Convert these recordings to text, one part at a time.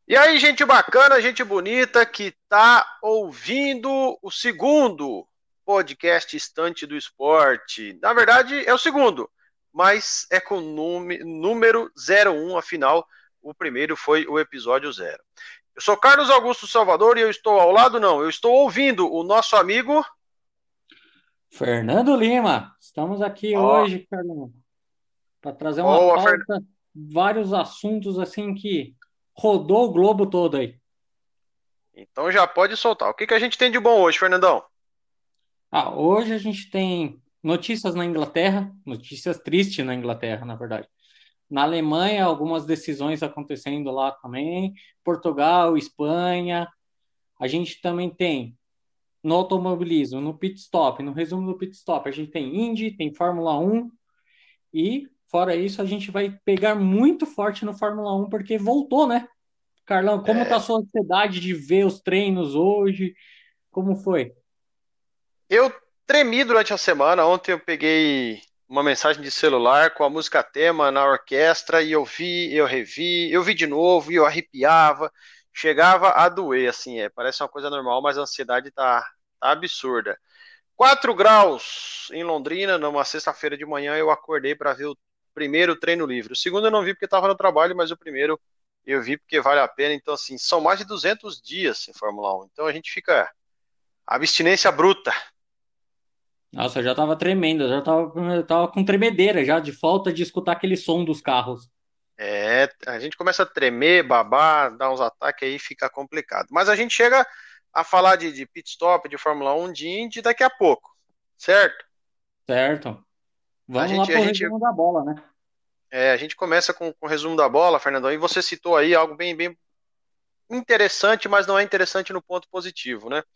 E aí, gente bacana, gente bonita que tá ouvindo o segundo podcast Estante do Esporte. Na verdade, é o segundo, mas é com número 01, afinal, o primeiro foi o episódio 0. Eu sou Carlos Augusto Salvador e eu estou ao lado, não, eu estou ouvindo o nosso amigo. Fernando Lima, estamos aqui Ó, hoje, Carlão, para trazer uma boa, pauta, vários assuntos assim que rodou o globo todo aí. então já pode soltar. O que a gente tem de bom hoje, Fernandão? Hoje a gente tem notícias na Inglaterra, notícias tristes na Inglaterra, na verdade. Na Alemanha, algumas decisões acontecendo lá também, Portugal, Espanha. A gente também tem no automobilismo, no pit stop, no resumo do pit stop, a gente tem Indy, tem Fórmula 1. E, fora isso, a gente vai pegar muito forte no Fórmula 1, porque voltou, né? Carlão, como tá a É, sua ansiedade de ver os treinos hoje? Como foi? Eu tremi durante a semana. Ontem eu peguei uma mensagem de celular com a música tema na orquestra e eu vi, eu revi, eu vi de novo e eu arrepiava. Chegava a doer, assim, parece uma coisa normal, mas a ansiedade tá absurda. 4 graus em Londrina, numa sexta-feira de manhã, eu acordei para ver o primeiro treino livre. O segundo eu não vi porque estava no trabalho, mas o primeiro eu vi porque vale a pena. Então, assim, são mais de 200 dias em Fórmula 1. Então a gente fica abstinência bruta. Nossa, eu já tava tremendo, eu tava com tremedeira já, de falta de escutar aquele som dos carros. A gente começa a tremer, babar, dar uns ataques aí, fica complicado. Mas a gente chega a falar de pit stop, de Fórmula 1, de Indy daqui a pouco, certo? Certo? A Vamos lá gente, a pro gente, resumo da bola, né? a gente começa com o resumo da bola, Fernandão, e você citou aí algo bem interessante, mas não é interessante no ponto positivo, né?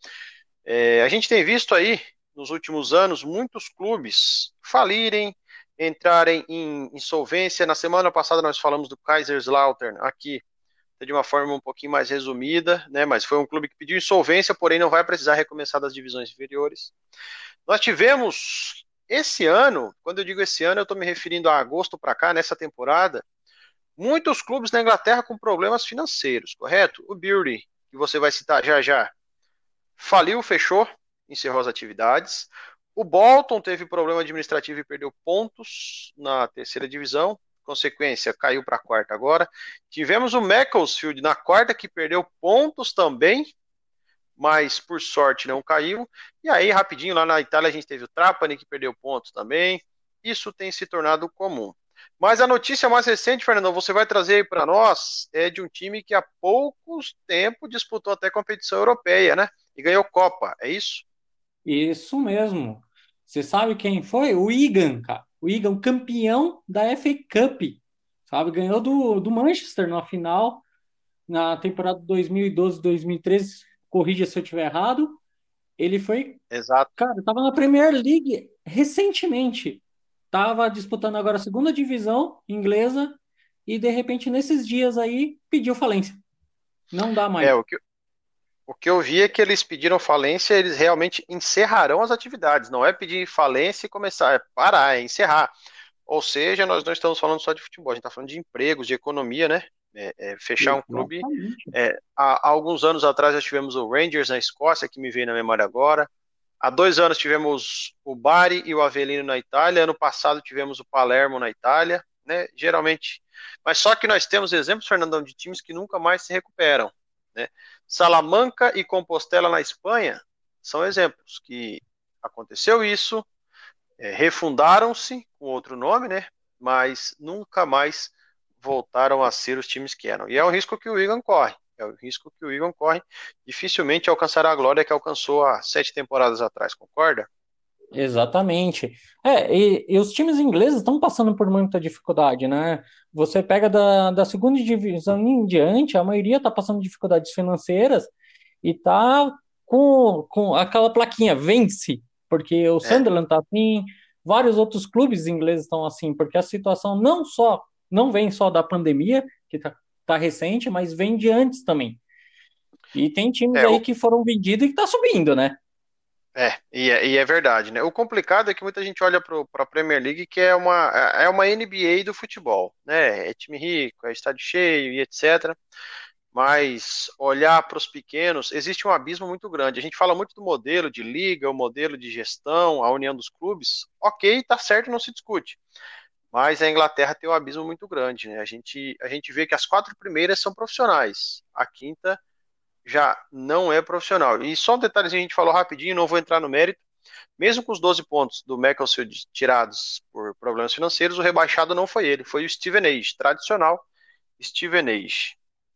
A gente tem visto aí, nos últimos anos, muitos clubes falirem, entrarem em insolvência. Na semana passada nós falamos do Kaiserslautern aqui, de uma forma um pouquinho mais resumida, né? Mas foi um clube que pediu insolvência, porém não vai precisar recomeçar das divisões inferiores. Nós tivemos esse ano, quando eu digo esse ano, eu estou me referindo a agosto para cá, nessa temporada, muitos clubes na Inglaterra com problemas financeiros, correto? O Bury, que você vai citar já já, faliu, fechou, encerrou as atividades. O Bolton teve problema administrativo e perdeu pontos na terceira divisão. Consequência, caiu para a quarta agora. Tivemos o Macclesfield na quarta, que perdeu pontos também, mas por sorte não caiu. E aí, rapidinho, lá na Itália, a gente teve o Trapani, que perdeu pontos também. Isso tem se tornado comum. Mas a notícia mais recente, Fernando, você vai trazer aí para nós, é de um time que há poucos tempos disputou até competição europeia, né? E ganhou Copa, é isso? Isso mesmo. Você sabe quem foi? O Wigan, cara. O Wigan, campeão da FA Cup. Sabe? Ganhou do Manchester na final, na temporada 2012-2013. Corrija se eu estiver errado. Ele foi, Exato. cara, estava na Premier League recentemente. Tava disputando agora a segunda divisão inglesa e de repente nesses dias aí pediu falência. Não dá mais. É, o que eu vi é que eles pediram falência, eles realmente encerrarão as atividades. Não é pedir falência e começar, é parar, é encerrar. Ou seja, nós não estamos falando só de futebol, a gente está falando de empregos, de economia, né? Fechar um clube. Exatamente. Há alguns anos atrás nós tivemos o Rangers na Escócia, que me veio na memória agora. Há 2 anos tivemos o Bari e o Avelino na Itália. Ano passado tivemos o Palermo na Itália, né? Geralmente. Mas só que nós temos exemplos, Fernandão, de times que nunca mais se recuperam, né? Salamanca e Compostela na Espanha são exemplos que aconteceu isso, refundaram-se com outro nome, né? Mas nunca mais voltaram a ser os times que eram. E é o risco que o Wigan corre. É o risco que o Wigan corre. Dificilmente alcançará a glória que alcançou há 7 temporadas atrás, concorda? Exatamente. E os times ingleses estão passando por muita dificuldade, né? Você pega da segunda divisão em diante, a maioria está passando dificuldades financeiras e tá com aquela plaquinha, vence, porque o É, Sunderland tá assim, vários outros clubes ingleses estão assim, porque a situação não vem só da pandemia, que tá recente, mas vem de antes também. E tem times é, aí o- que foram vendidos e que tá subindo, né? e é verdade, né? O complicado é que muita gente olha para a Premier League que é uma NBA do futebol, né? É time rico, é estádio cheio e etc. mas olhar para os pequenos, existe um abismo muito grande. A gente fala muito do modelo de liga, o modelo de gestão, a união dos clubes. Ok, tá certo, não se discute. Mas a Inglaterra tem um abismo muito grande, né? A gente vê que as 4 primeiras são profissionais, a quinta já não é profissional. E só um detalhezinho a gente falou rapidinho, não vou entrar no mérito. Mesmo com os 12 pontos do Macclesfield tirados por problemas financeiros, o rebaixado não foi ele, foi o Stevenage, tradicional Stevenage.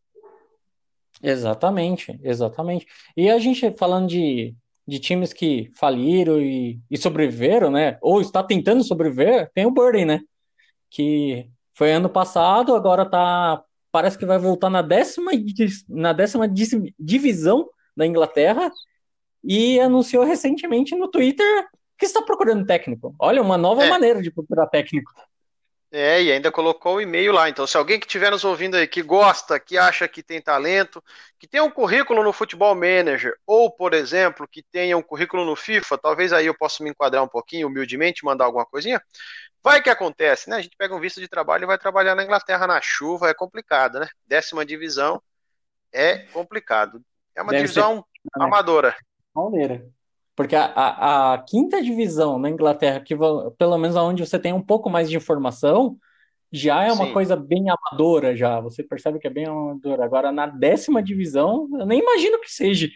Exatamente, exatamente. E a gente falando de times que faliram e sobreviveram, né? Ou está tentando sobreviver, tem o Burnley, né? Que foi ano passado, agora tá. Parece que vai voltar na décima divisão da Inglaterra e anunciou recentemente no Twitter que está procurando técnico. Olha, uma nova É, maneira de procurar técnico. e ainda colocou o e-mail lá. Então, se alguém que estiver nos ouvindo aí, que gosta, que acha que tem talento, que tem um currículo no Futebol Manager, ou, por exemplo, que tenha um currículo no FIFA, talvez aí eu possa me enquadrar um pouquinho, humildemente, mandar alguma coisinha. Vai que acontece, né? A gente pega um visto de trabalho e vai trabalhar na Inglaterra na chuva, é complicado, né? 10ª divisão é complicado. É uma Deve ser, divisão né? amadora. Pauleira. Porque a quinta divisão na Inglaterra, pelo menos aonde você tem um pouco mais de informação, já é uma Sim. coisa bem amadora já. Você percebe que é bem amadora. Agora, na décima divisão, eu nem imagino que seja.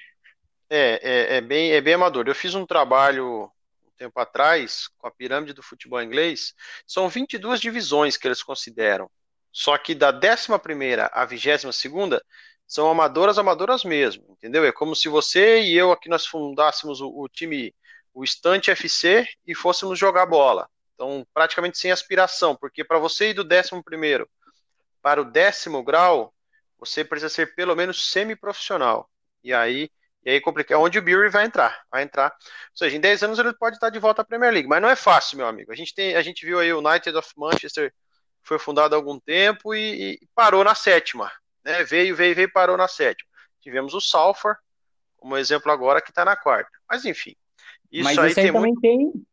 É bem amador. Eu fiz um trabalho um tempo atrás com a pirâmide do futebol inglês. São 22 divisões que eles consideram. Só que da 11ª à 22ª são amadoras, amadoras mesmo, entendeu? É como se você e eu aqui nós fundássemos o time, o Estante FC e fôssemos jogar bola. Então, praticamente sem aspiração, porque para você ir do 11º para o 10º grau, você precisa ser pelo menos semi-profissional. E aí, complica. É onde o Bury vai entrar. Vai entrar. Ou seja, em 10 anos ele pode estar de volta à Premier League. Mas não é fácil, meu amigo. A gente viu aí o United of Manchester, foi fundado há algum tempo e parou na 7ª. Né? Veio e parou na 7ª. Tivemos o Salford, como exemplo agora, que está na 4ª. Mas enfim, isso Mas aí esse aí tem também muito.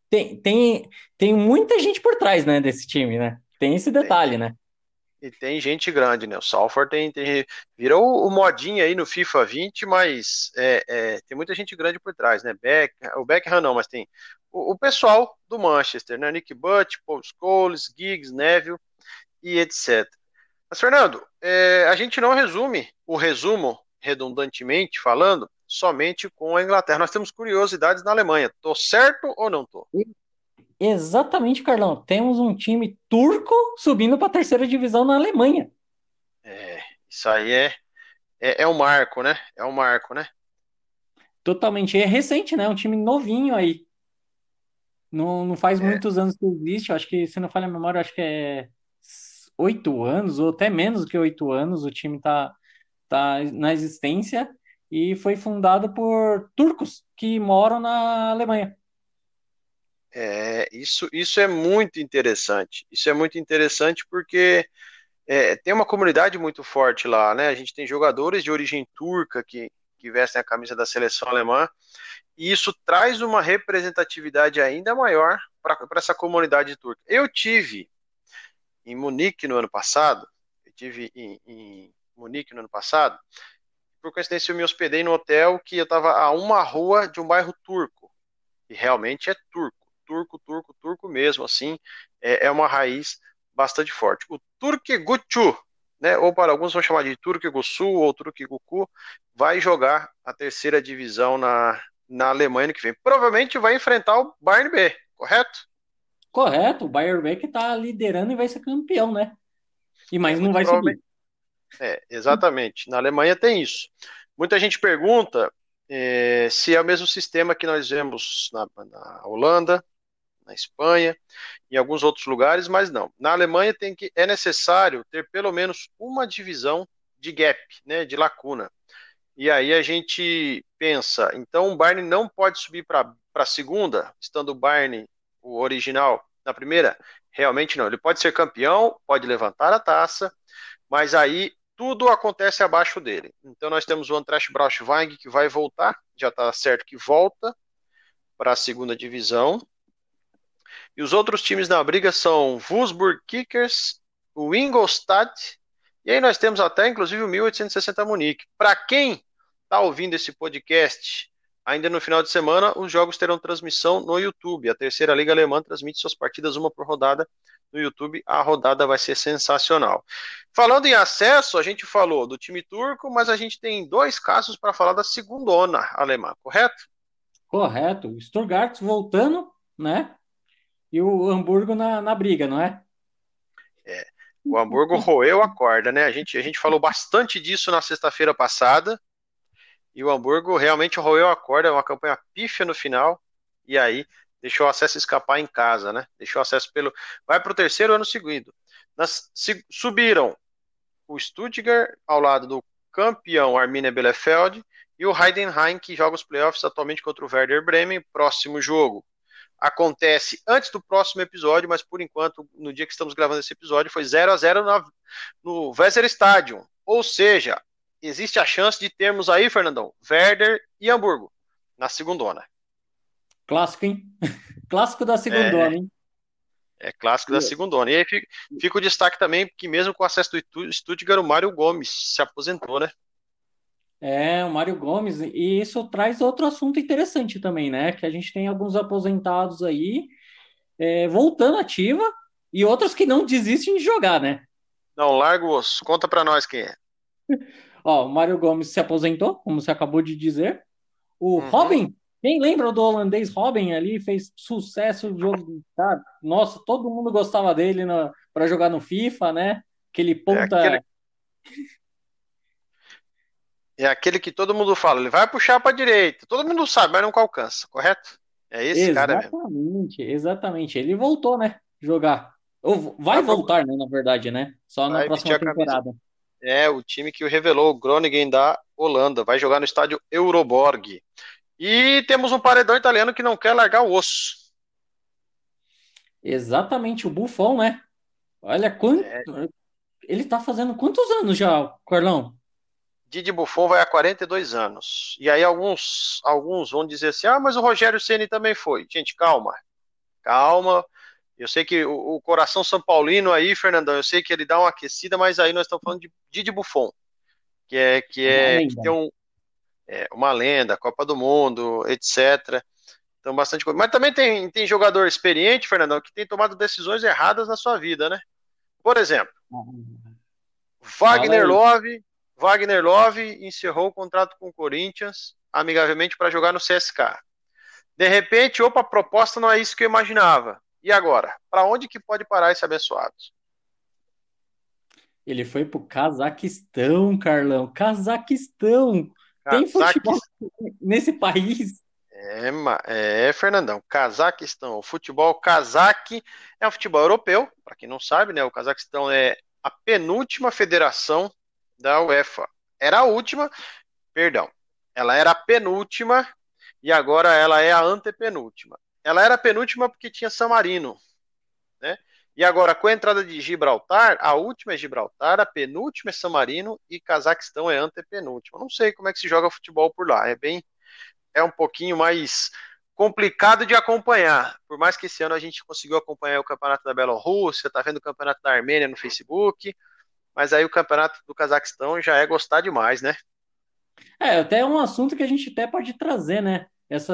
tem muita gente por trás, né, desse time, né? Tem esse Tem, detalhe, tem, né? E tem gente grande, né? O Salford virou o modinho aí no FIFA 20, mas tem muita gente grande por trás, né? O Beckham não, mas tem o pessoal do Manchester, né? Nick Butt, Paul Scholes, Giggs, Neville e etc. Mas, Fernando, a gente não resume o resumo, redundantemente falando, somente com a Inglaterra. Nós temos curiosidades na Alemanha. Tô certo ou não tô? Exatamente, Carlão. Temos um time turco subindo para a terceira divisão na Alemanha. Isso aí é um marco, né? É um marco, né? Totalmente. É recente, né? Um time novinho aí. Não faz É, muitos anos que existe. Eu acho que, se não falha a memória, eu acho que é 8 anos, ou até menos do que 8 anos. O time tá na existência e foi fundado por turcos que moram na Alemanha. isso é muito interessante. Isso é muito interessante porque tem uma comunidade muito forte lá, né? A gente tem jogadores de origem turca que vestem a camisa da seleção alemã, e isso traz uma representatividade ainda maior para essa comunidade turca. Eu tive em Munique no ano passado, eu tive em Munique no ano passado, por coincidência eu me hospedei no hotel que eu estava a uma rua de um bairro turco. E realmente é turco, turco, turco, turco mesmo, assim, é uma raiz bastante forte. O Turkgutu, né, ou para alguns vão chamar de Turkgusu ou Turkguku, vai jogar a terceira divisão na Alemanha no que vem. Provavelmente vai enfrentar o Bayern B, correto? Correto, o Bayern Beck tá liderando e vai ser campeão, né? Mas não Muito vai subir. provavelmente. Exatamente. Na Alemanha tem isso. Muita gente pergunta se é o mesmo sistema que nós vemos na Holanda, na Espanha, em alguns outros lugares, mas não. Na Alemanha é necessário ter pelo menos uma divisão de gap, né, de lacuna. E aí a gente pensa, então o Bayern não pode subir para a segunda, estando o Bayern, o original, na primeira? Realmente não. Ele pode ser campeão, pode levantar a taça, mas aí tudo acontece abaixo dele. Então nós temos o Eintracht Braunschweig que vai voltar, já está certo que volta para a segunda divisão. E os outros times na briga são Wolfsburg Kickers, o Ingolstadt E aí nós temos até, inclusive, o 1860 Munique. Para quem está ouvindo esse podcast, ainda no final de semana, os jogos terão transmissão no YouTube. A terceira Liga Alemã transmite suas partidas uma por rodada no YouTube. A rodada vai ser sensacional. Falando em acesso, a gente falou do time turco, mas a gente tem dois casos para falar da segundona alemã, correto? Correto. O Stuttgart voltando, né? E o Hamburgo na briga, não é? É, o Hamburgo roeu a corda, né? A gente falou bastante disso na sexta-feira passada. E o Hamburgo realmente roeu a corda, uma campanha pífia no final, e aí deixou o acesso escapar em casa, né? Deixou o acesso pelo. Vai para o terceiro ano seguido. Subiram o Stuttgart ao lado do campeão Arminia Bielefeld e o Heidenheim, que joga os playoffs atualmente contra o Werder Bremen. Próximo jogo acontece antes do próximo episódio, mas por enquanto, no dia que estamos gravando esse episódio, foi 0-0 no Weserstadion. Ou seja, existe a chance de termos aí, Fernandão, Werder e Hamburgo na segundona. Clássico, hein? Clássico da É, segundona, hein? é clássico da segundona. E aí fica o destaque também, que mesmo com o acesso do Stuttgart, o Mário Gomes se aposentou, né? É, o Mário Gomes, e isso traz outro assunto interessante também, né? Que a gente tem alguns aposentados aí voltando ativa e outros que não desistem de jogar, né? Não, larga o osso. Conta pra nós quem é. Ó, o Mário Gomes se aposentou, como você acabou de dizer. O Uhum. Robin, quem lembra do holandês Robin ali? Fez sucesso no jogo. Tá? Nossa, todo mundo gostava dele para jogar no FIFA, né? Aquele É aquele, ponta. é aquele que todo mundo fala, ele vai puxar pra direita. Todo mundo sabe, mas nunca alcança, correto? É esse cara mesmo. Exatamente, exatamente. Ele voltou, né? Jogar. Ou vai Vai, pro, voltar, né? Na verdade, né? Só na vai vestir próxima a camisa. temporada. É o time que o revelou, o Groningen da Holanda. Vai jogar no estádio Euroborg. E temos um paredão italiano que não quer largar o osso. Exatamente, o Buffon, né? Olha quanto. É, Ele tá fazendo quantos anos já, Carlão? Didi Buffon vai a 42 anos. E aí alguns vão dizer assim, ah, mas o Rogério Ceni também foi. Gente, calma, calma. Eu sei que o coração São Paulino aí, Fernandão, eu sei que ele dá uma aquecida, mas aí nós estamos falando de Didi Buffon, Uma que lenda. tem uma lenda, Copa do Mundo, etc. Então, bastante coisa. Mas também tem jogador experiente, Fernandão, que tem tomado decisões erradas na sua vida, né? Por exemplo, Fala Wagner aí. Love, Wagner Love encerrou o contrato com o Corinthians amigavelmente para jogar no CSK. De repente, opa, a proposta não é isso que eu imaginava. E agora? Para onde que pode parar esse abençoado? Ele foi pro Cazaquistão, Carlão. Cazaquistão. Tem futebol Cazaquistão. nesse país? Fernandão, Cazaquistão, o futebol cazaque é um futebol europeu, para quem não sabe, né? O Cazaquistão é a penúltima federação da UEFA. Era a última, perdão. Ela era a penúltima e agora ela é a antepenúltima. Ela era a penúltima porque tinha San Marino, né? E agora, com a entrada de Gibraltar, a última é Gibraltar, a penúltima é San Marino e Cazaquistão é antepenúltima. Não sei como é que se joga futebol por lá. É um pouquinho mais complicado de acompanhar. Por mais que esse ano a gente conseguiu acompanhar o campeonato da Bielorrússia, tá vendo o campeonato da Armênia no Facebook, mas aí o campeonato do Cazaquistão já é gostar demais, né? Até é um assunto que a gente até pode trazer, né?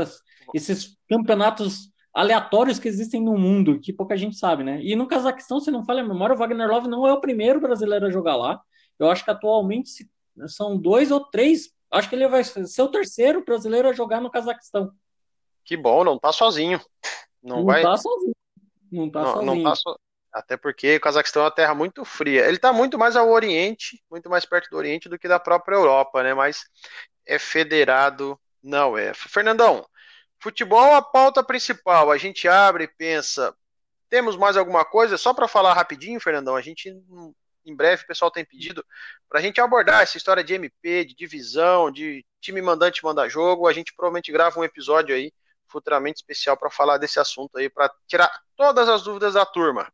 Esses campeonatos aleatórios que existem no mundo, que pouca gente sabe, né? E no Cazaquistão, se não falha a memória, o Wagner Love não é o primeiro brasileiro a jogar lá. Eu acho que atualmente são dois ou três. Acho que ele vai ser o terceiro brasileiro a jogar no Cazaquistão. Que bom, não tá sozinho. Não Não vai, tá sozinho. Não tá não tá sozinho. so... Até porque o Cazaquistão é uma terra muito fria. Ele está muito mais ao Oriente, muito mais perto do Oriente do que da própria Europa, né? Mas é federado na UEFA. Fernandão, futebol a pauta principal. A gente abre e pensa, temos mais alguma coisa? Só para falar rapidinho, Fernandão, a gente em breve o pessoal tem pedido para a gente abordar essa história de MP, de divisão, de time mandante manda jogo. A gente provavelmente grava um episódio aí futuramente especial para falar desse assunto aí, para tirar todas as dúvidas da turma.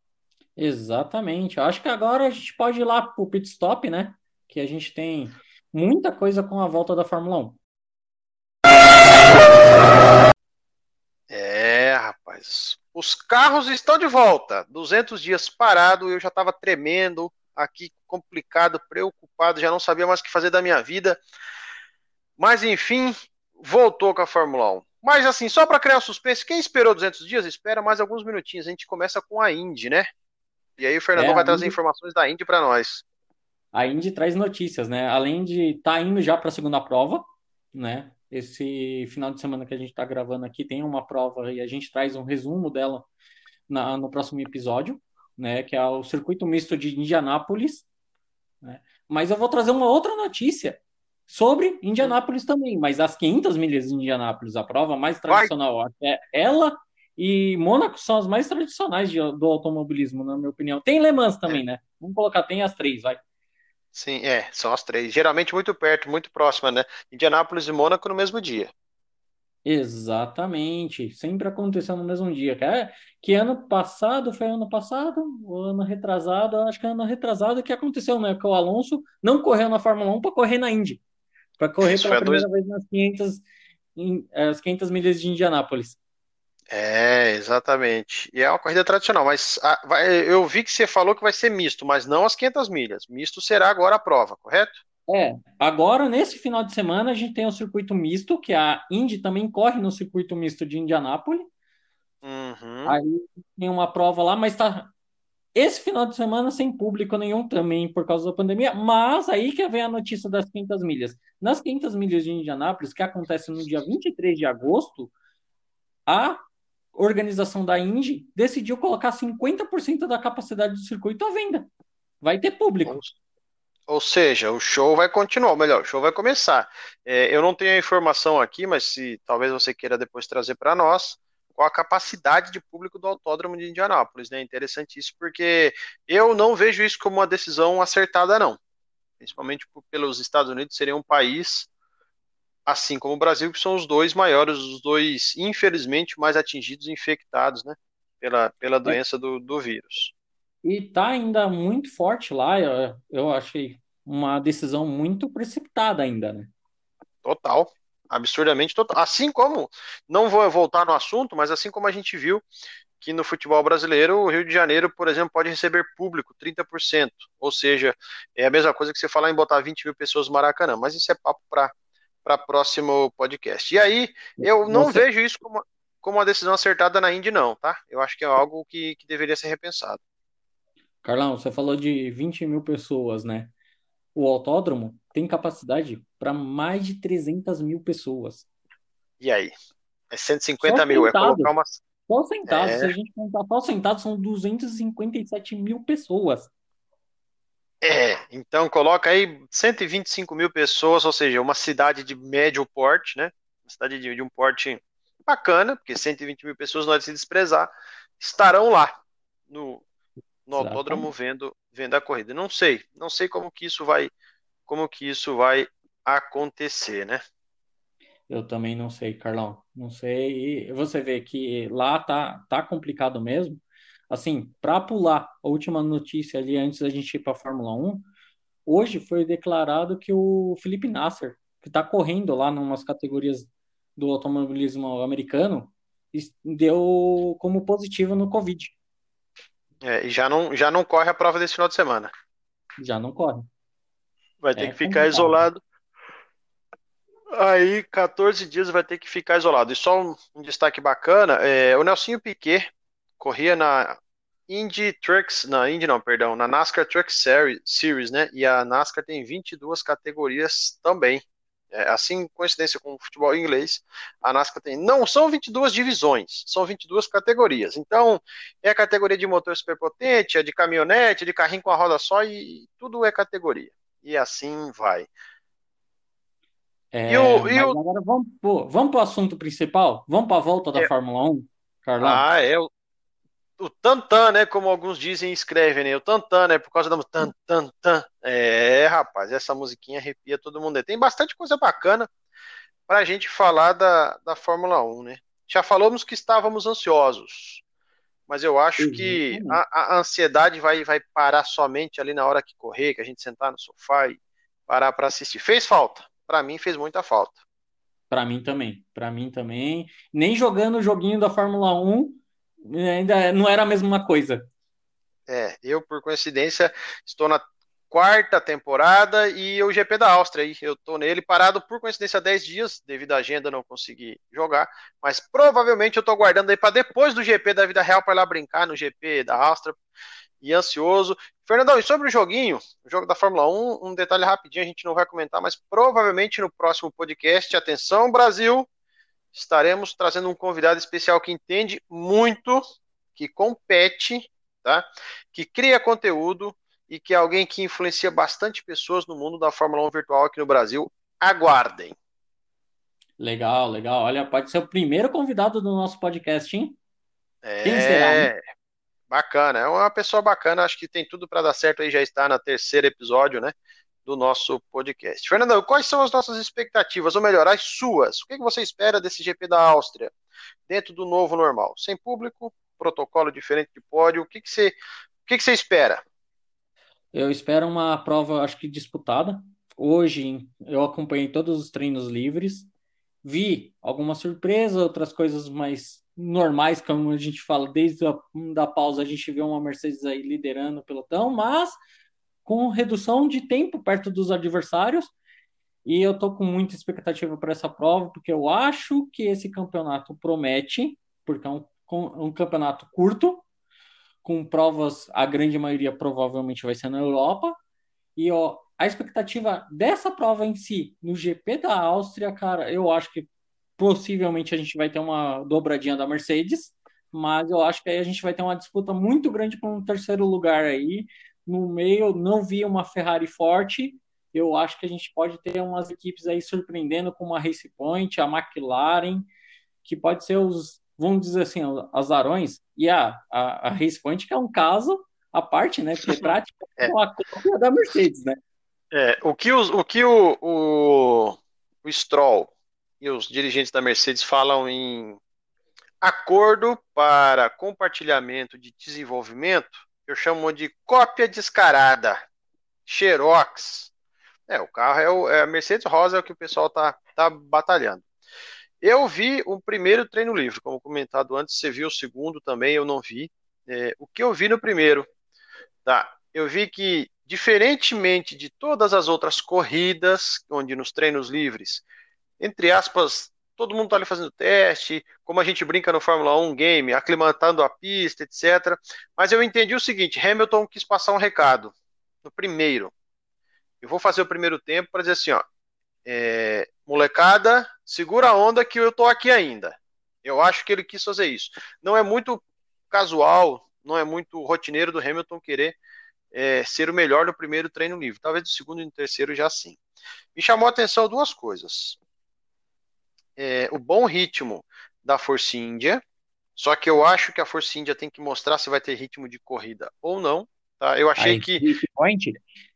Exatamente. Eu acho que agora a gente pode ir lá pro pit stop, né? Que a gente tem muita coisa com a volta da Fórmula 1. Rapaz. Os carros estão de volta. 200 dias parado, eu já estava tremendo. aqui complicado, preocupado, já não sabia mais o que fazer da minha vida. Mas enfim, voltou com a Fórmula 1. Mas assim, só para criar suspense, quem esperou 200 dias, espera mais alguns minutinhos. A gente começa com a Indy, né? E aí o Fernandão vai trazer informações da Indy para nós. A Indy traz notícias, né? Além de estar indo já para a segunda prova, né? Esse final de semana que a gente está gravando aqui tem uma prova e a gente traz um resumo dela no próximo episódio, né? Que é o circuito misto de Indianápolis, né? Mas eu vou trazer uma outra notícia sobre Indianápolis também, mas as 500 milhas de Indianápolis, a prova mais Vai! tradicional, até ela e Mônaco são as mais tradicionais do automobilismo, na minha opinião. Tem Le Mans É, também, né? Vamos colocar, tem as três, vai. sim, são as três. Geralmente muito perto, muito próxima, né? Indianápolis e Mônaco no mesmo dia. Exatamente, sempre aconteceu no mesmo dia. Que ano passado, foi ano passado, ou ano retrasado, acho que é ano retrasado que aconteceu, né? Que o Alonso não correu na Fórmula 1 para correr na Indy, para correr Isso foi pela a dois. primeira vez as 500 milhas de Indianápolis. Exatamente. E é uma corrida tradicional, mas eu vi que você falou que vai ser misto, mas não as 500 milhas. Misto será agora a prova, correto? Agora nesse final de semana a gente tem o circuito misto, que a Indy também corre no circuito misto de Indianápolis. Uhum. Aí tem uma prova lá, mas tá esse final de semana sem público nenhum também por causa da pandemia, mas aí que vem a notícia das 500 milhas. Nas 500 milhas de Indianápolis, que acontece no dia 23 de agosto, a organização da Indy decidiu colocar 50% da capacidade do circuito à venda. Vai ter Ou, público. ou seja, o show vai continuar, ou melhor, o show vai começar. Eu não tenho a informação aqui, mas se talvez você queira depois trazer para nós qual a capacidade de público do Autódromo de Indianápolis, né? Interessante isso, porque eu não vejo isso como uma decisão acertada, não. Principalmente pelos Estados Unidos serem um país, assim como o Brasil, que são os dois maiores, os dois, infelizmente, mais atingidos e infectados, né? Pela É, doença do vírus. e tá ainda muito forte lá. Eu achei uma decisão muito precipitada ainda, né? Total. Absurdamente total. Assim como, não vou voltar no assunto, mas assim como a gente viu que no futebol brasileiro, o Rio de Janeiro, por exemplo, pode receber público, 30%. Ou seja, é a mesma coisa que você falar em botar 20 mil pessoas no Maracanã. Mas isso é papo para próximo podcast. E aí, eu não Você, vejo isso como uma decisão acertada na Indy, não, tá? Eu acho que é algo que deveria ser repensado. Carlão, você falou de 20 mil pessoas, né? O autódromo tem capacidade para mais de 300 mil pessoas. E aí? É Só 150 mil, é colocar sentado. uma. Só sentado. Se É, a gente contar só sentado, são 257 mil pessoas. então coloca aí 125 mil pessoas, ou seja, uma cidade de médio porte, né? Uma cidade de um porte bacana, porque 120 mil pessoas não é de se desprezar, estarão lá no autódromo Exatamente. vendo a corrida. Não sei como que isso vai acontecer, né? Eu também não sei, Carlão. Não sei. E você vê que lá tá complicado mesmo. Assim, para pular a última notícia ali antes da gente ir para a Fórmula 1, hoje foi declarado que o Felipe Nasser, que está correndo lá em umas categorias do automobilismo americano, deu como positivo no Covid. E já não corre a prova desse final de semana. Já não corre. Vai ter É que ficar complicado. isolado. Aí, 14 dias vai ter que ficar isolado. E só um destaque bacana, o Nelsinho Piquet corria na Indy Trucks, na Indy não, perdão, na NASCAR Truck Series, né? E a NASCAR tem 22 categorias também. Assim, coincidência com o futebol inglês, a NASCAR tem, não são 22 divisões, são 22 categorias. Então, é a categoria de motor superpotente, é de caminhonete, é de carrinho com a roda só e tudo é categoria. E assim vai. E o, e Mas o agora vamos pro assunto principal? Vamos para a volta da é, Fórmula 1, Carlão? o tantan, né? Como alguns dizem e escrevem, né? O tantan, né? Por causa da tan, tan, tan. Rapaz, essa musiquinha arrepia todo mundo. Tem bastante coisa bacana para a gente falar da Fórmula 1, né? Já falamos que estávamos ansiosos, mas eu acho que Exatamente. a ansiedade vai parar somente ali na hora que correr, que a gente sentar no sofá e parar para assistir. Fez falta. Para mim, fez muita falta. Para mim também. Para mim também. Nem jogando o joguinho da Fórmula 1 ainda não era a mesma coisa. Eu, por coincidência, estou na quarta temporada e o GP da Áustria aí. Eu tô nele parado por coincidência há 10 dias, devido à agenda não consegui jogar, mas provavelmente eu tô aguardando aí para depois do GP da vida real para ir lá brincar no GP da Áustria e ansioso. Fernandão, e sobre o jogo da Fórmula 1, um detalhe rapidinho, a gente não vai comentar, mas provavelmente no próximo podcast, atenção Brasil, estaremos trazendo um convidado especial que entende muito, que compete, tá? Que cria conteúdo e que é alguém que influencia bastante pessoas no mundo da Fórmula 1 virtual aqui no Brasil. Aguardem. Legal, legal. Olha, pode ser o primeiro convidado do nosso podcast, hein? Quem será, hein? É bacana, é uma pessoa bacana, acho que tem tudo para dar certo aí, já está na terceiro episódio, né, do nosso podcast. Fernandão, quais são as nossas expectativas, ou melhor, as suas? O que você espera desse GP da Áustria, dentro do novo normal? Sem público, protocolo diferente de pódio, o que você espera? Eu espero uma prova, acho que disputada. Hoje eu acompanhei todos os treinos livres, vi alguma surpresa, outras coisas mais normais, como a gente fala, desde a da pausa a gente vê uma Mercedes aí liderando o pelotão, mas com redução de tempo perto dos adversários. E eu tô com muita expectativa para essa prova, porque eu acho que esse campeonato promete, porque é um campeonato curto, com provas, a grande maioria provavelmente vai ser na Europa. E ó, a expectativa dessa prova em si, no GP da Áustria, cara, eu acho que possivelmente a gente vai ter uma dobradinha da Mercedes, mas eu acho que aí a gente vai ter uma disputa muito grande para um terceiro lugar aí. No meio, não vi uma Ferrari forte. Eu acho que a gente pode ter umas equipes aí surpreendendo com uma Race Point, a McLaren, que pode ser os, vamos dizer assim, os azarões, e a Race Point, que é um caso à parte, né? Porque é praticamente É, uma cópia da Mercedes, né? o que o Stroll e os dirigentes da Mercedes falam em acordo para compartilhamento de desenvolvimento, eu chamo de cópia descarada, Xerox. O carro é a Mercedes Rosa, é o que o pessoal tá batalhando. Eu vi o primeiro treino livre, como comentado antes, você viu o segundo também, eu não vi. O que eu vi no primeiro, tá? Eu vi que, diferentemente de todas as outras corridas, onde nos treinos livres, entre aspas, todo mundo tá ali fazendo teste, como a gente brinca no Fórmula 1 game, aclimatando a pista, etc. Mas eu entendi o seguinte: Hamilton quis passar um recado no primeiro. Eu vou fazer o primeiro tempo para dizer assim, ó, molecada, segura a onda que eu tô aqui ainda. Eu acho que ele quis fazer isso. Não é muito casual, não é muito rotineiro do Hamilton querer ser o melhor no primeiro treino livre. Talvez no segundo e no terceiro já sim. Me chamou a atenção duas coisas. O bom ritmo da Force India, só que eu acho que a Force India tem que mostrar se vai ter ritmo de corrida ou não. Tá? Eu achei Aí, que. Race Point,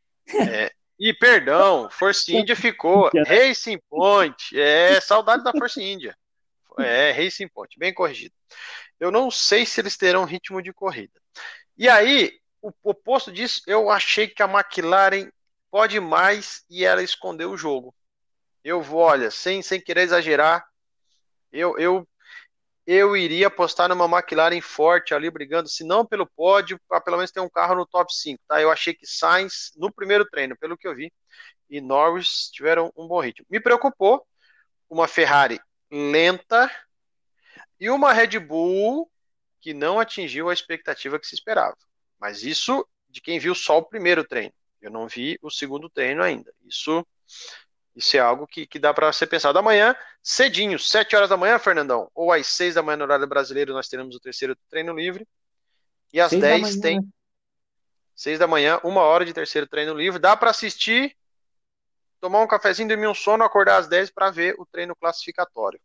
E perdão, Force India ficou Racing Point. Saudade da Force India. Racing Point, bem corrigido. Eu não sei se eles terão ritmo de corrida. E aí, o oposto disso, eu achei que a McLaren pode mais e ela escondeu o jogo. Eu vou, olha, sem querer exagerar, eu, eu, eu iria apostar numa McLaren forte ali, brigando, se não pelo pódio, para pelo menos ter um carro no top 5, tá? Eu achei que Sainz, no primeiro treino, pelo que eu vi, e Norris tiveram um bom ritmo. Me preocupou uma Ferrari lenta e uma Red Bull que não atingiu a expectativa que se esperava. Mas isso de quem viu só o primeiro treino. Eu não vi o segundo treino ainda. Isso é algo que dá para ser pensado. Amanhã, cedinho, 7 horas da manhã, Fernandão, ou às 6 da manhã no horário brasileiro, nós teremos o terceiro treino livre. E às 10 6 da manhã, tem né? 6 da manhã, 1 hora de terceiro treino livre. Dá para assistir, tomar um cafezinho, dormir um sono, acordar às 10 para ver o treino classificatório.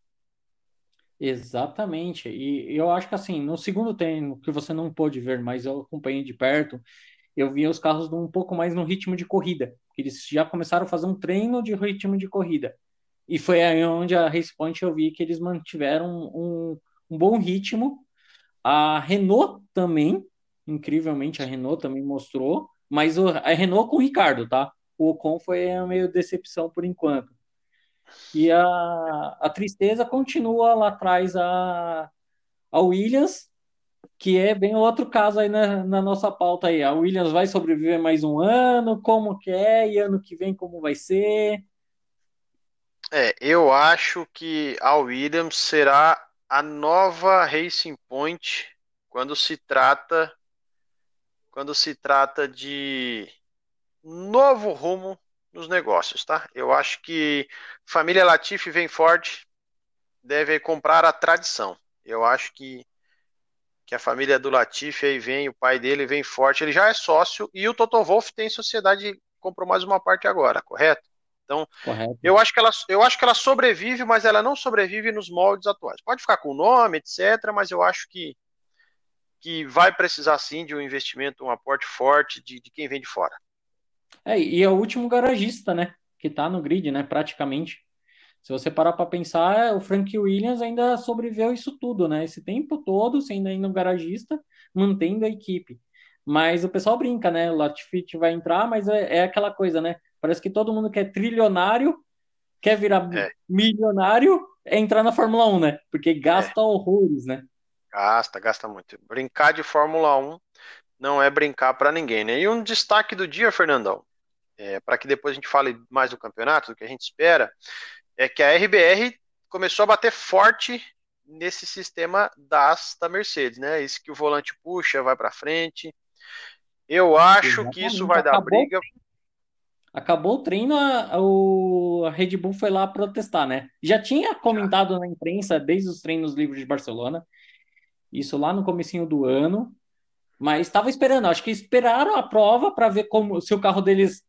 Exatamente. E eu acho que assim, no segundo treino, que você não pôde ver, mas eu acompanhei de perto, eu vi os carros um pouco mais no ritmo de corrida. Eles já começaram a fazer um treino de ritmo de corrida. E foi aí onde a Race Point eu vi que eles mantiveram um bom ritmo. A Renault também, incrivelmente, a Renault também mostrou, mas a Renault com o Ricardo, tá? O Ocon foi meio decepção por enquanto. E a tristeza continua lá atrás a Williams, que é bem outro caso aí na nossa pauta aí. A Williams vai sobreviver mais um ano, como que é, e ano que vem como vai ser? Eu acho que a Williams será a nova Racing Point quando se trata, quando se trata de novo rumo nos negócios, tá? Eu acho que família Latifi vem forte, deve comprar a tradição. Eu acho que a família do Latifi aí vem, o pai dele vem forte, ele já é sócio e o Toto Wolff tem sociedade, comprou mais uma parte agora, correto? Então, Correto. eu acho que ela sobrevive, mas ela não sobrevive nos moldes atuais. Pode ficar com o nome, etc., mas eu acho que vai precisar sim de um investimento, um aporte forte de quem vem de fora. E é o último garagista, né? Que tá no grid, né? Praticamente. Se você parar para pensar, o Frank Williams ainda sobreviveu isso tudo, né? Esse tempo todo, sendo ainda um garagista, mantendo a equipe. Mas o pessoal brinca, né? O Latifi vai entrar, mas é aquela coisa, né? Parece que todo mundo que é trilionário, quer virar É, milionário, é entrar na Fórmula 1, né? Porque é, gasta horrores, né? gasta muito. Brincar de Fórmula 1 não é brincar para ninguém, né? E um destaque do dia, Fernandão, para que depois a gente fale mais do campeonato, do que a gente espera, é que a RBR começou a bater forte nesse sistema da Mercedes, né? Isso que o volante puxa, vai para frente. Eu acho que isso Exatamente. vai dar briga. Acabou o treino, a Red Bull foi lá protestar, né? Já tinha Já. comentado na imprensa desde os treinos livres de Barcelona, isso lá no comecinho do ano, mas estava esperando, acho que esperaram a prova para ver como se o carro deles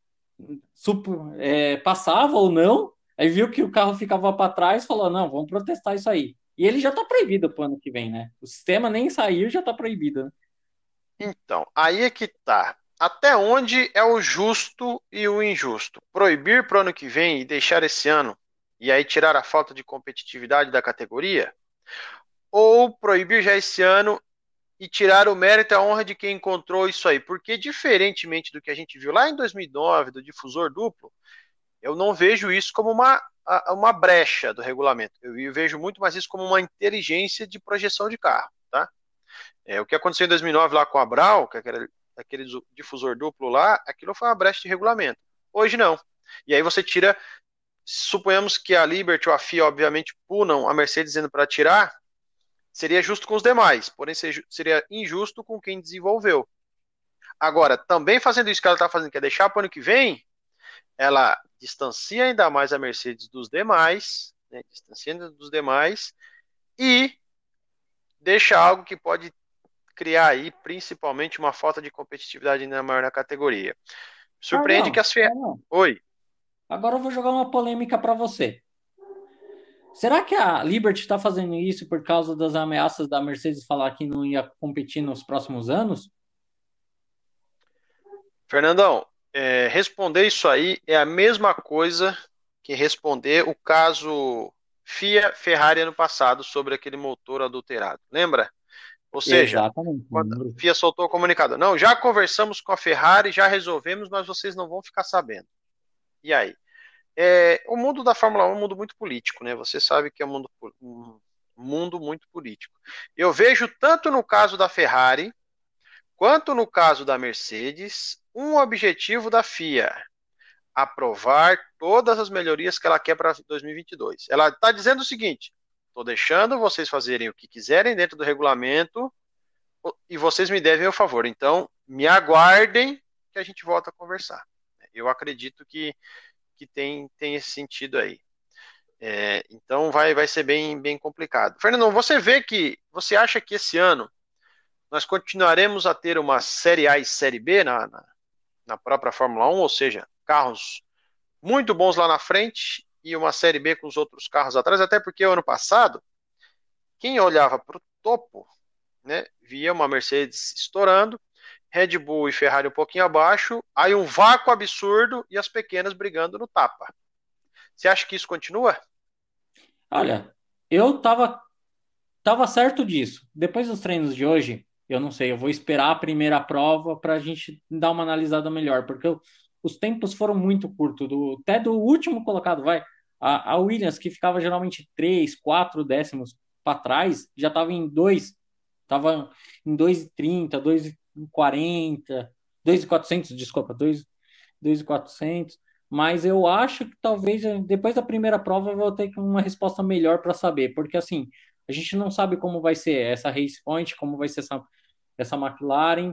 passava ou não. Aí viu que o carro ficava para trás, falou: não, vamos protestar isso aí. E ele já está proibido para o ano que vem, né? O sistema nem saiu, já está proibido, né? Então, aí é que tá. Até onde é o justo e o injusto? Proibir para o ano que vem e deixar esse ano, e aí tirar a falta de competitividade da categoria? Ou proibir já esse ano e tirar o mérito e a honra de quem encontrou isso aí? Porque, diferentemente do que a gente viu lá em 2009, do difusor duplo, eu não vejo isso como uma brecha do regulamento. Eu vejo muito mais isso como uma inteligência de projeção de carro, tá? O que aconteceu em 2009 lá com a Brau, que é aquele difusor duplo lá, aquilo foi uma brecha de regulamento. Hoje não. E aí você tira, suponhamos que a Liberty ou a FIA, obviamente, punam a Mercedes dizendo para tirar, seria justo com os demais, porém seria injusto com quem desenvolveu. Agora, também fazendo isso que ela está fazendo, que é deixar para o ano que vem, ela distancia ainda mais a Mercedes dos demais, né, distanciando dos demais, e deixa algo que pode criar aí principalmente uma falta de competitividade ainda maior na categoria. Surpreende que Carlão, as Ferrari. Carlão, Oi. agora eu vou jogar uma polêmica para você. Será que a Liberty está fazendo isso por causa das ameaças da Mercedes falar que não ia competir nos próximos anos? Fernandão, responder isso aí é a mesma coisa que responder o caso FIA Ferrari ano passado sobre aquele motor adulterado. Lembra? Ou seja, Exatamente. quando a FIA soltou o comunicado, não, já conversamos com a Ferrari, já resolvemos, mas vocês não vão ficar sabendo. E aí? O mundo da Fórmula 1 é um mundo muito político, né? Você sabe que é um mundo muito político. Eu vejo tanto no caso da Ferrari quanto no caso da Mercedes um objetivo da FIA: aprovar todas as melhorias que ela quer para 2022. Ela está dizendo o seguinte: estou deixando vocês fazerem o que quiserem dentro do regulamento e vocês me devem o favor. Então, me aguardem que a gente volta a conversar. Eu acredito que tem esse sentido aí. Então vai ser bem complicado. Fernando, você acha que esse ano nós continuaremos a ter uma Série A e Série B na própria Fórmula 1, ou seja, carros muito bons lá na frente e uma Série B com os outros carros atrás, até porque o ano passado, quem olhava para o topo, né, via uma Mercedes estourando, Red Bull e Ferrari um pouquinho abaixo, aí um vácuo absurdo e as pequenas brigando no tapa. Você acha que isso continua? Olha, eu tava certo disso. Depois dos treinos de hoje, eu não sei, eu vou esperar a primeira prova para a gente dar uma analisada melhor, porque os tempos foram muito curtos, até do último colocado, vai. A Williams, que ficava geralmente 3, 4 décimos para trás, já estava em 2. Tava em 2,30, 2,40, 2,400, desculpa, 2,400. Mas eu acho que talvez depois da primeira prova eu vou ter uma resposta melhor para saber, porque assim, a gente não sabe como vai ser essa Race Point, como vai ser essa McLaren.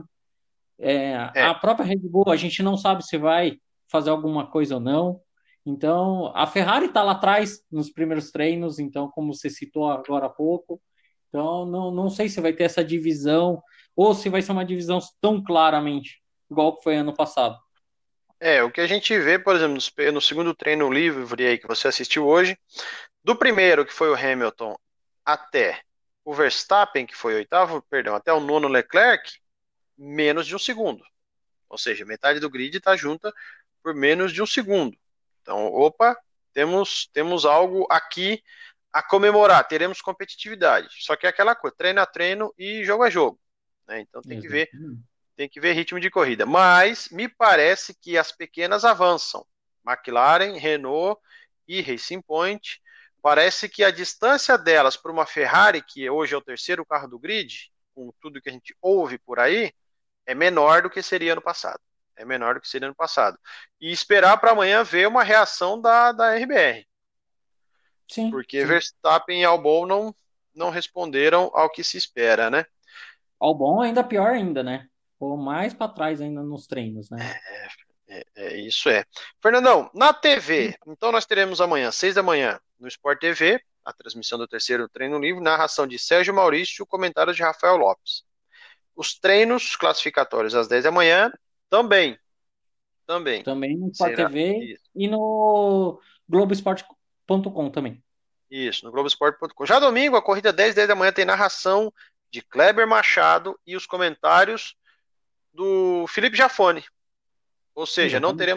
É, A própria Red Bull, a gente não sabe se vai fazer alguma coisa ou não. Então, a Ferrari está lá atrás nos primeiros treinos, então, como você citou agora há pouco. Então, não sei se vai ter essa divisão ou se vai ser uma divisão tão claramente, igual que foi ano passado. o que a gente vê, por exemplo, no segundo treino livre aí que você assistiu hoje, do primeiro, que foi o Hamilton, até o Verstappen, que foi o oitavo, perdão, até o nono Leclerc, menos de um segundo. Ou seja, metade do grid está junta por menos de um segundo. Então, opa, temos algo aqui a comemorar, teremos competitividade. Só que é aquela coisa, treino a treino e jogo a jogo. Né? Então Exatamente. tem que ver ritmo de corrida. Mas me parece que as pequenas avançam. McLaren, Renault e Racing Point. Parece que a distância delas para uma Ferrari, que hoje é o terceiro carro do grid, com tudo que a gente ouve por aí, é menor do que seria ano passado. É menor do que seria ano passado. E esperar para amanhã ver uma reação da RBR. Sim, Porque sim. Verstappen e Albon não responderam ao que se espera, né? Albon ainda pior ainda, né? Ou mais para trás ainda nos treinos, né? Isso é. Fernandão, na TV, então nós teremos amanhã, 6 da manhã, no Sport TV, a transmissão do terceiro treino livre, narração de Sérgio Maurício, comentários de Rafael Lopes. Os treinos classificatórios às 10 da manhã, também, também, Também no Sport será TV isso. e no Globoesporte.com também. Isso, no Globoesporte.com. Já domingo, a corrida 10 da manhã tem narração de Kleber Machado e os comentários do Felipe Jafone. Ou seja, Exatamente.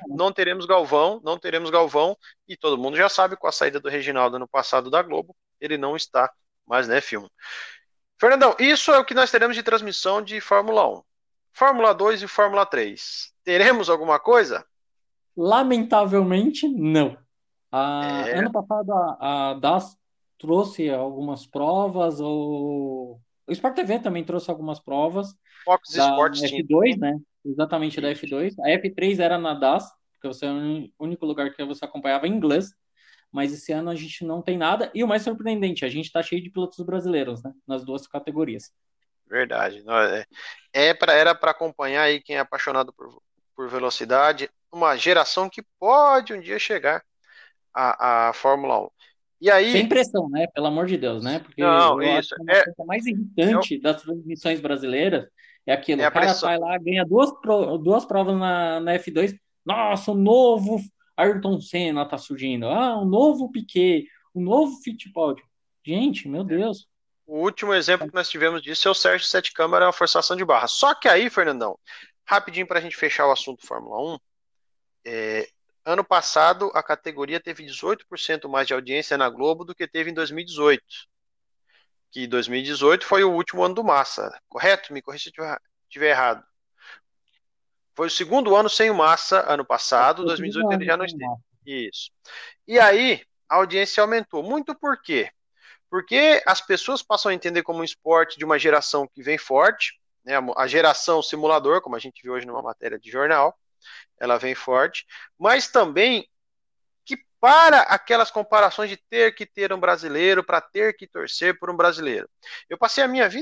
não teremos Galvão, e todo mundo já sabe com a saída do Reginaldo no passado da Globo, ele não está mais, né, filme. Fernandão, isso é o que nós teremos de transmissão de Fórmula 1. Fórmula 2 e Fórmula 3. Teremos alguma coisa? Lamentavelmente, não. É, Ano passado, a DAS trouxe algumas provas, o Sport TV também trouxe algumas provas Fox da Sports tinha F2, também. né? Exatamente da Isso, F2. A F3 era na DAS, porque você é o único lugar que você acompanhava em inglês, mas esse ano a gente não tem nada. E o mais surpreendente, a gente está cheio de pilotos brasileiros, né? Nas duas categorias. verdade. Era para acompanhar aí quem é apaixonado por velocidade, uma geração que pode um dia chegar à Fórmula 1. E Sem aí, pressão, né? Pelo amor de Deus, né? Porque não, eu acho isso, que uma coisa mais irritante das transmissões brasileiras é aquilo. é O a cara pressão. sai lá, ganha duas provas na F2. Nossa, o novo Ayrton Senna tá surgindo. Ah, um novo Piquet, um novo Fittipaldi. Gente, meu Deus. O último exemplo que nós tivemos disso é o Sérgio Sete Câmara, a forçação de barra. Só que aí, Fernandão, rapidinho para a gente fechar o assunto Fórmula 1, é, ano passado a categoria teve 18% mais de audiência na Globo do que teve em 2018. Que 2018 foi o último ano do Massa, correto? Me corrija se eu estiver errado. Foi o segundo ano sem o Massa, ano passado, Eu tive um 2018 ele ano já não sem esteve. lá. Isso. E aí, a audiência aumentou. Muito por quê? Porque as pessoas passam a entender como um esporte de uma geração que vem forte, né? A geração simulador, como a gente viu hoje numa matéria de jornal, ela vem forte, mas também que para aquelas comparações de ter que ter um brasileiro para ter que torcer por um brasileiro. Eu passei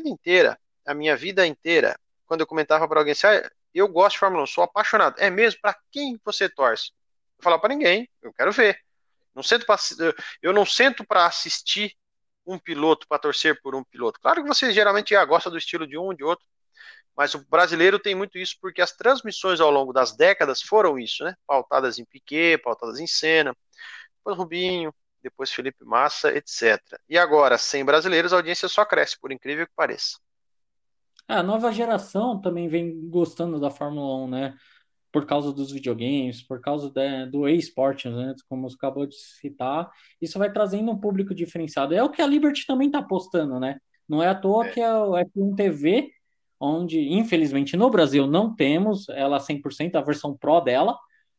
a minha vida inteira, quando eu comentava para alguém assim, eu gosto de Fórmula 1, sou apaixonado. É mesmo? Para quem você torce? Eu falava para ninguém, eu quero ver. Não sento pra, eu não sento para assistir um piloto, para torcer por um piloto. Claro que você geralmente já gosta do estilo de um, de outro, mas o brasileiro tem muito isso porque as transmissões ao longo das décadas foram isso, né? Pautadas em Piquet, pautadas em Senna, depois Rubinho, depois Felipe Massa, etc. E agora, sem brasileiros, a audiência só cresce, por incrível que pareça. A nova geração também vem gostando da Fórmula 1, né? Por causa dos videogames, por causa do e-sport, né? Como você acabou de citar, isso vai trazendo um público diferenciado. É o que a Liberty também está apostando, né? Não é à toa É, que a F1 TV, onde infelizmente no Brasil não temos ela 100% a versão Pro dela,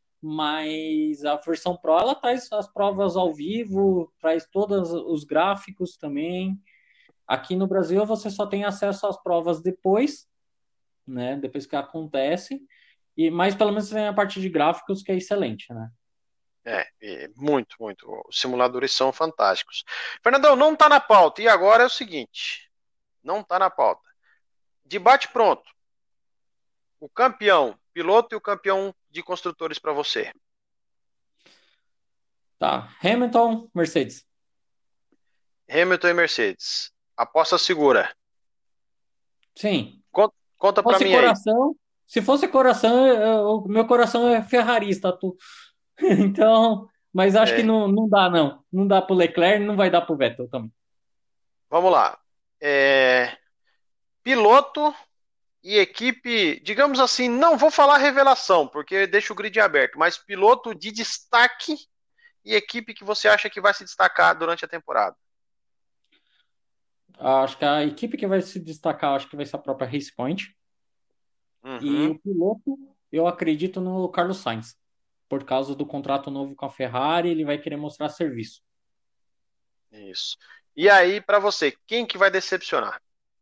mas a versão Pro ela traz as provas ao vivo, traz todos os gráficos também. Aqui no Brasil você só tem acesso às provas depois, né? Depois que acontece. Mas pelo menos tem a parte de gráficos que é excelente, né? Muito, muito. Os simuladores são fantásticos. Fernandão, não está na pauta. E agora é o seguinte: não está na pauta. Debate pronto. O campeão piloto e o campeão de construtores para você. Tá. Hamilton, Mercedes. Hamilton e Mercedes. Aposta segura. Sim. Conta para Fosse mim aí. coração, se fosse coração, o meu coração é ferrarista, tu. Então, mas acho que É, não dá, não. Não dá pro Leclerc, não vai dar pro Vettel também. vamos lá. Piloto e equipe, digamos assim, não vou falar revelação, porque deixa o grid aberto, mas piloto de destaque e equipe que você acha que vai se destacar durante a temporada. Acho que a equipe que vai se destacar, acho que vai ser a própria Race Point. E Uhum, o piloto, eu acredito no Carlos Sainz. Por causa do contrato novo com a Ferrari, ele vai querer mostrar serviço. isso. E aí, para você, quem que vai decepcionar?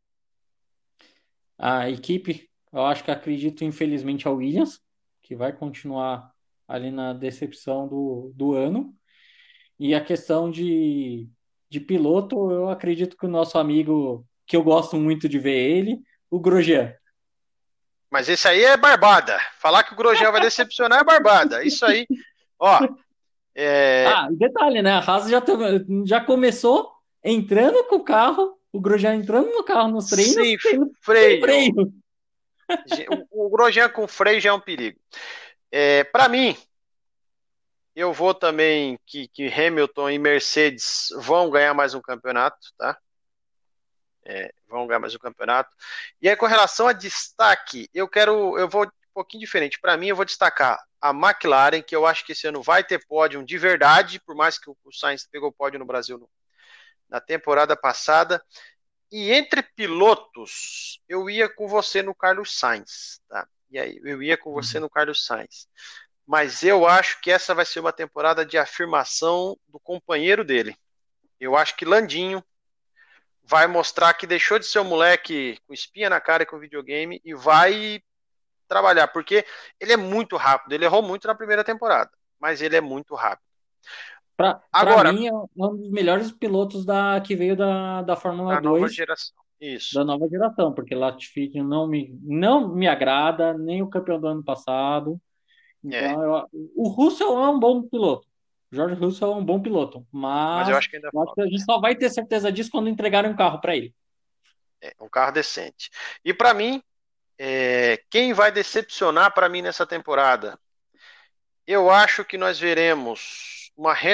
A equipe, eu acho que acredito, infelizmente, a Williams, que vai continuar ali na decepção do ano. E a questão de piloto, eu acredito que o nosso amigo, que eu gosto muito de ver ele, o Grosjean. Mas esse aí é barbada. Falar que o Grosjean vai decepcionar é barbada. Isso aí, ó, é, Ah, e detalhe, né? A Haas já começou entrando com o carro, o Grosjean entrando no carro nos treinos, sem sem freio. freio. O Grosjean com freio já é um perigo. Para mim, eu vou também que Hamilton e Mercedes vão ganhar mais um campeonato, tá? Vão ganhar mais um campeonato. E aí, com relação a destaque, eu vou um pouquinho diferente. Para mim, eu vou destacar a McLaren, que eu acho que esse ano vai ter pódio de verdade, por mais que o Sainz pegou pódio no Brasil na temporada passada. E entre pilotos, eu ia com você no Carlos Sainz, tá? E aí, eu ia com você no Carlos Sainz. Mas eu acho que essa vai ser uma temporada de afirmação do companheiro dele. Eu acho que Landinho vai mostrar que deixou de ser um moleque com espinha na cara e com videogame e vai trabalhar, porque ele é muito rápido, ele errou muito na primeira temporada, mas ele é muito rápido. Para Agora, mim, é um dos melhores pilotos que veio da Fórmula a nova 2 geração. Isso. da nova geração, porque Latifi não me agrada, nem o campeão do ano passado. É, Então, o Russell é um bom piloto. George Russell é um bom piloto, mas eu mas acho que ainda eu acho que falta. a gente só vai ter certeza disso quando entregarem um carro para ele. Um carro decente. E para mim, quem vai decepcionar para mim nessa temporada? Eu acho que nós veremos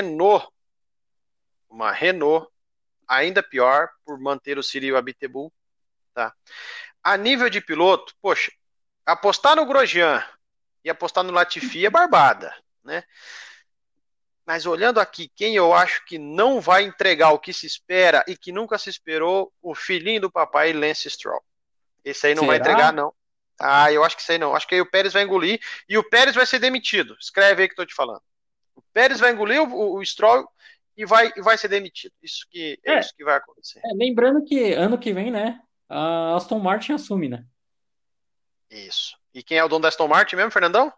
uma Renault ainda pior por manter o Cyril Abiteboul, tá? A nível de piloto, poxa, apostar no Grosjean e apostar no Latifi é barbada, né? Mas olhando aqui, quem eu acho que não vai entregar o que se espera e que nunca se esperou, o filhinho do papai, Lance Stroll. Esse aí não vai entregar, Será? não. Ah, eu acho que isso aí não. Acho que aí o Pérez vai engolir e o Pérez vai ser demitido. Escreve aí que eu tô te falando. O Pérez vai engolir o Stroll e vai ser demitido. É É, isso que vai acontecer. lembrando que ano que vem, né, a Aston Martin assume, né? Isso. E quem é o dono da Aston Martin mesmo, Fernandão?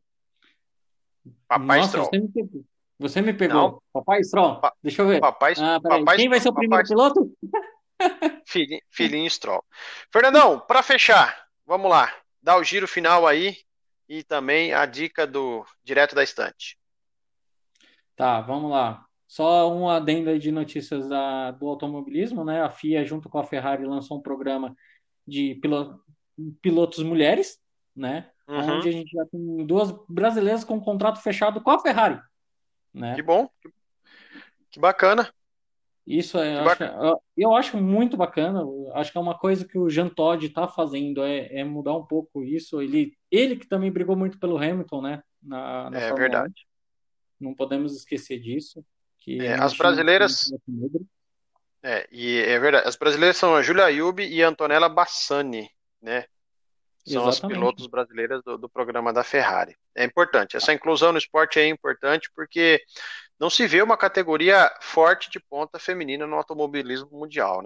Papai Nossa, Stroll. você me pegou. Você me Não, pegou. Papai Stroll, pa- deixa eu ver. papai, Ah, peraí. papai, Quem vai ser o papai primeiro piloto? filhinho Stroll. Fernandão, para fechar, vamos lá. Dá o giro final aí e também a dica do direto da estante. Tá, vamos lá. Só um adendo aí de notícias do automobilismo, né? A FIA, junto com a Ferrari, lançou um programa de pilotos mulheres, né? Onde Uhum, a gente já tem duas brasileiras com contrato fechado com a Ferrari, que né? bom, que bacana, Isso é, que bacana. eu acho muito bacana. Eu acho que é uma coisa que o Jean Todt está fazendo, é mudar um pouco isso. Ele que também brigou muito pelo Hamilton, né? Na É Fórmula 1. verdade. Não podemos esquecer disso, que ainda As tinha um brasileiras, piloto negro. e é verdade, as brasileiras são a Julia Ayubi e a Antonella Bassani, né? São as Exatamente. pilotos brasileiras do programa da Ferrari. É importante. Essa inclusão no esporte é importante porque não se vê uma categoria forte de ponta feminina no automobilismo mundial, né?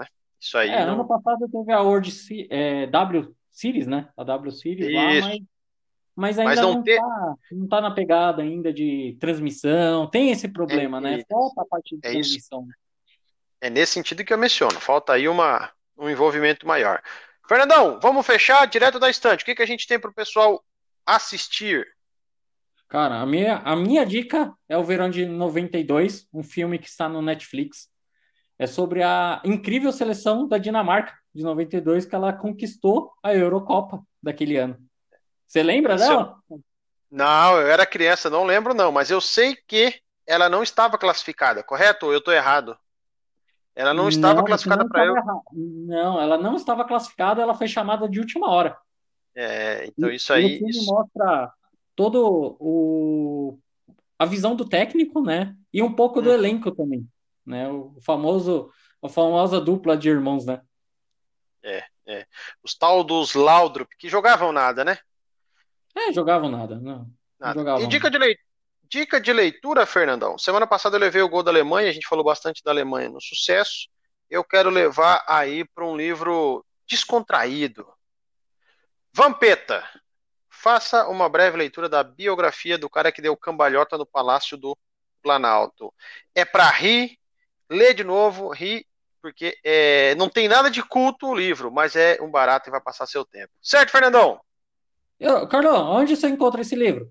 Isso aí Ano não. passado teve a W Series, né? A W Series lá, Isso. mas Mas ainda não ter. não tá na pegada ainda de transmissão. Tem esse É, problema, né? Falta a parte de é isso. transmissão. É nesse sentido que eu menciono. Falta aí um envolvimento maior. Fernandão, vamos fechar direto da estante. O que que a gente tem para o pessoal assistir? Cara, a minha dica é o Verão de 92, um filme que está no Netflix. É sobre a incrível seleção da Dinamarca de 92 que ela conquistou a Eurocopa daquele ano. Você lembra Isso eu... dela? Não, eu era criança, não lembro não, mas eu sei que ela não estava classificada, correto? Ou eu estou errado? Ela não estava Não, você classificada não para estava eu. errado. Não, ela não estava classificada, ela foi chamada de última hora. Então isso E o aí, filme isso. mostra todo a visão do técnico, né? E um pouco do Uhum. elenco também, né? A famosa dupla de irmãos, né? É. Os tal dos Laudrup, que jogavam nada, né? Jogavam nada, não Nada. E jogavam nada. dica de leitura, Fernandão. Semana passada eu levei o gol da Alemanha, a gente falou bastante da Alemanha no sucesso. Eu quero levar aí para um livro descontraído. Vampeta. Faça uma breve leitura da biografia do cara que deu cambalhota no Palácio do Planalto. É para rir, ler de novo, rir, porque não tem nada de culto o livro, mas é um barato e vai passar seu tempo. Certo, Fernandão? Carlão, onde você encontra esse livro?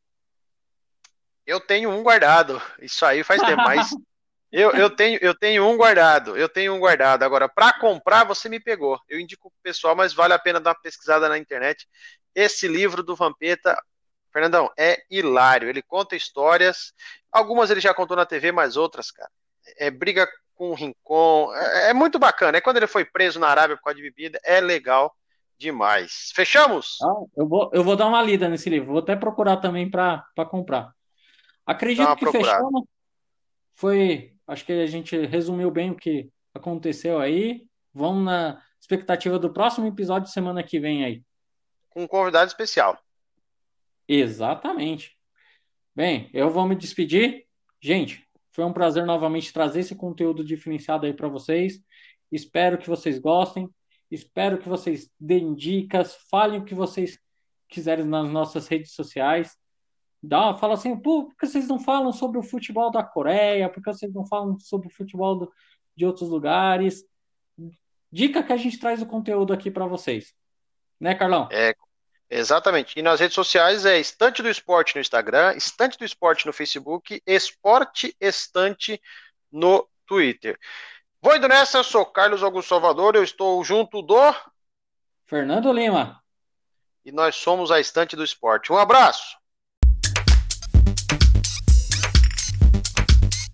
Eu tenho um guardado. Isso aí faz tempo, mas eu tenho um guardado. Eu tenho um guardado. Agora, para comprar, você me pegou. Eu indico pro pessoal, mas vale a pena dar uma pesquisada na internet. Esse livro do Vampeta, Fernandão, é hilário. Ele conta histórias. Algumas ele já contou na TV, mas outras, cara. Briga com o Rincon. É muito bacana. É quando ele foi preso na Arábia por causa de bebida. É legal demais. Fechamos? Eu vou dar uma lida nesse livro. Vou até procurar também para comprar. Dá Acredito uma que procurada. fechamos. Acho que a gente resumiu bem o que aconteceu aí. Vamos na expectativa do próximo episódio semana que vem aí. Com um convidado especial. Exatamente. Bem, eu vou me despedir. Gente, foi um prazer novamente trazer esse conteúdo diferenciado aí para vocês. Espero que vocês gostem. Espero que vocês deem dicas, falem o que vocês quiserem nas nossas redes sociais. Fala assim, pô, por que vocês não falam sobre o futebol da Coreia? Por que vocês não falam sobre o futebol de outros lugares? Dica que a gente traz o conteúdo aqui para vocês. Né, Carlão? É, exatamente. E nas redes sociais é Estante do Esporte no Instagram, Estante do Esporte no Facebook, Esporte Estante no Twitter. Vou indo nessa, eu sou Carlos Augusto Salvador, eu estou junto do Fernando Lima. e nós somos a Estante do Esporte. Um abraço!